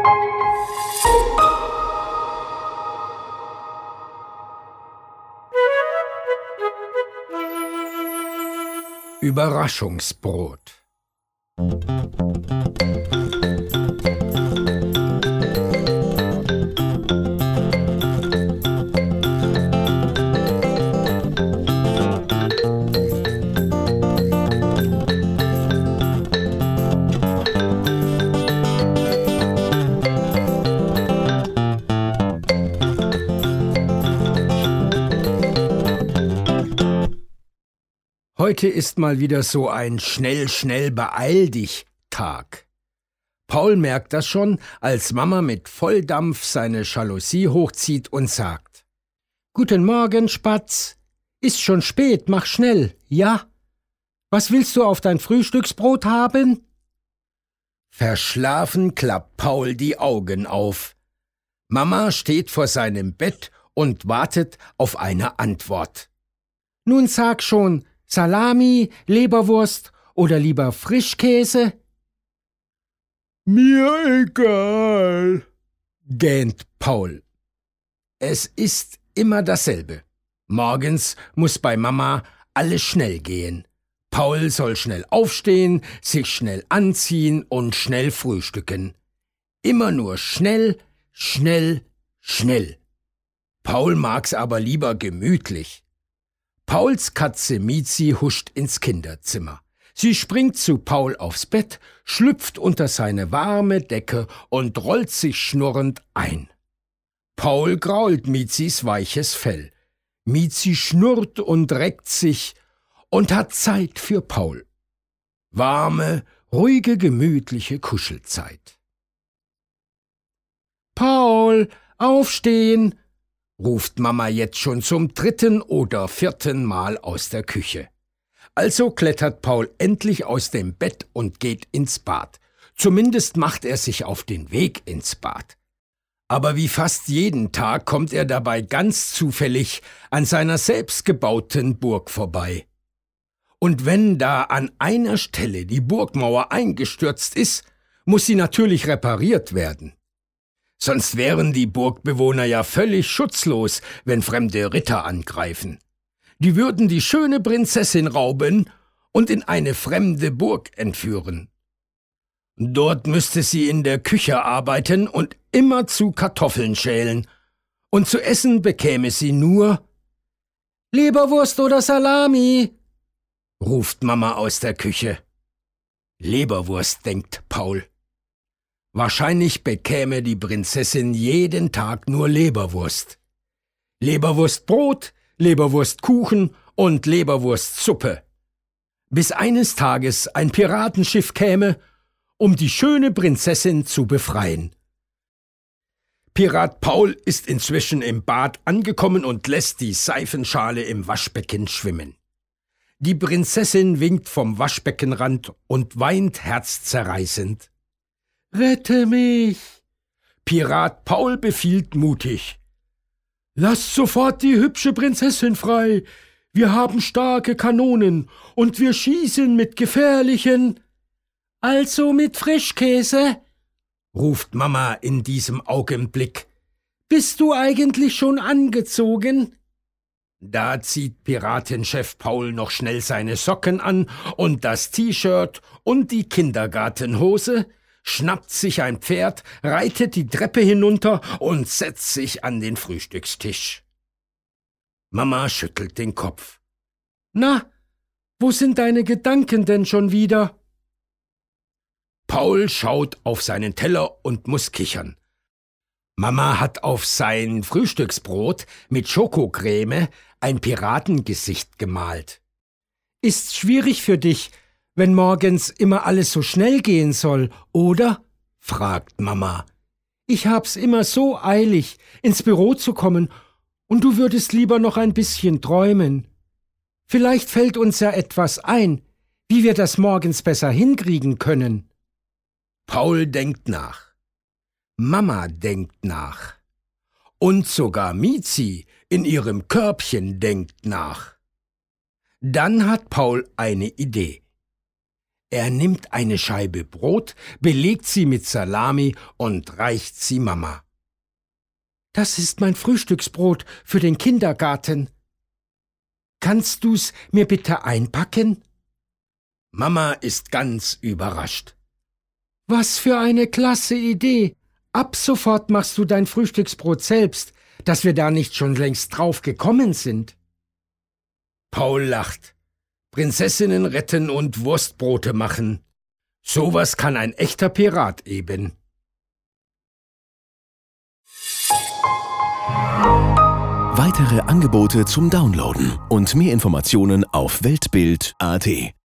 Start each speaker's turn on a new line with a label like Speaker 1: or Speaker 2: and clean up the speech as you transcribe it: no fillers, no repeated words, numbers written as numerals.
Speaker 1: Überraschungsbrot. Heute ist mal wieder so ein schnell, beeil dich Tag. Paul merkt das schon, als Mama mit Volldampf seine Jalousie hochzieht und sagt: »Guten Morgen, Spatz. Ist schon spät, mach schnell, ja? Was willst du auf dein Frühstücksbrot haben?« Verschlafen klappt Paul die Augen auf. Mama steht vor seinem Bett und wartet auf eine Antwort. »Nun sag schon, Salami, Leberwurst oder lieber Frischkäse?« »Mir egal«, gähnt Paul. Es ist immer dasselbe. Morgens muss bei Mama alles schnell gehen. Paul soll schnell aufstehen, sich schnell anziehen und schnell frühstücken. Immer nur schnell, schnell, schnell. Paul mag's aber lieber gemütlich. Pauls Katze Miezi huscht ins Kinderzimmer. Sie springt zu Paul aufs Bett, schlüpft unter seine warme Decke und rollt sich schnurrend ein. Paul grault Miezis weiches Fell. Miezi schnurrt und reckt sich und hat Zeit für Paul. Warme, ruhige, gemütliche Kuschelzeit. »Paul, aufstehen«, ruft Mama jetzt schon zum 3. oder 4. Mal aus der Küche. Also klettert Paul endlich aus dem Bett und geht ins Bad. Zumindest macht er sich auf den Weg ins Bad. Aber wie fast jeden Tag kommt er dabei ganz zufällig an seiner selbstgebauten Burg vorbei. Und wenn da an einer Stelle die Burgmauer eingestürzt ist, muss sie natürlich repariert werden. Sonst wären die Burgbewohner ja völlig schutzlos, wenn fremde Ritter angreifen. Die würden die schöne Prinzessin rauben und in eine fremde Burg entführen. Dort müsste sie in der Küche arbeiten und immerzu Kartoffeln schälen. Und zu essen bekäme sie nur »Leberwurst oder Salami«, ruft Mama aus der Küche. »Leberwurst«, denkt Paul. Wahrscheinlich bekäme die Prinzessin jeden Tag nur Leberwurst. Leberwurstbrot, Leberwurstkuchen und Leberwurstsuppe. Bis eines Tages ein Piratenschiff käme, um die schöne Prinzessin zu befreien. Pirat Paul ist inzwischen im Bad angekommen und lässt die Seifenschale im Waschbecken schwimmen. Die Prinzessin winkt vom Waschbeckenrand und weint herzzerreißend. »Rette mich!« Pirat Paul befiehlt mutig. »Lasst sofort die hübsche Prinzessin frei! Wir haben starke Kanonen und wir schießen mit gefährlichen...« »Also mit Frischkäse?«, ruft Mama in diesem Augenblick. »Bist du eigentlich schon angezogen?« Da zieht Piratenchef Paul noch schnell seine Socken an und das T-Shirt und die Kindergartenhose, schnappt sich ein Pferd, reitet die Treppe hinunter und setzt sich an den Frühstückstisch. Mama schüttelt den Kopf. »Na, wo sind deine Gedanken denn schon wieder?« Paul schaut auf seinen Teller und muss kichern. Mama hat auf sein Frühstücksbrot mit Schokocreme ein Piratengesicht gemalt. »Ist's schwierig für dich, wenn morgens immer alles so schnell gehen soll, oder?«, fragt Mama. »Ich hab's immer so eilig, ins Büro zu kommen, und du würdest lieber noch ein bisschen träumen. Vielleicht fällt uns ja etwas ein, wie wir das morgens besser hinkriegen können.« Paul denkt nach. Mama denkt nach. Und sogar Miezi in ihrem Körbchen denkt nach. Dann hat Paul eine Idee. Er nimmt eine Scheibe Brot, belegt sie mit Salami und reicht sie Mama. »Das ist mein Frühstücksbrot für den Kindergarten. Kannst du's mir bitte einpacken?« Mama ist ganz überrascht. »Was für eine klasse Idee! Ab sofort machst du dein Frühstücksbrot selbst, dass wir da nicht schon längst drauf gekommen sind.« Paul lacht. Prinzessinnen retten und Wurstbrote machen. Sowas kann ein echter Pirat eben.
Speaker 2: Weitere Angebote zum Downloaden und mehr Informationen auf weltbild.at.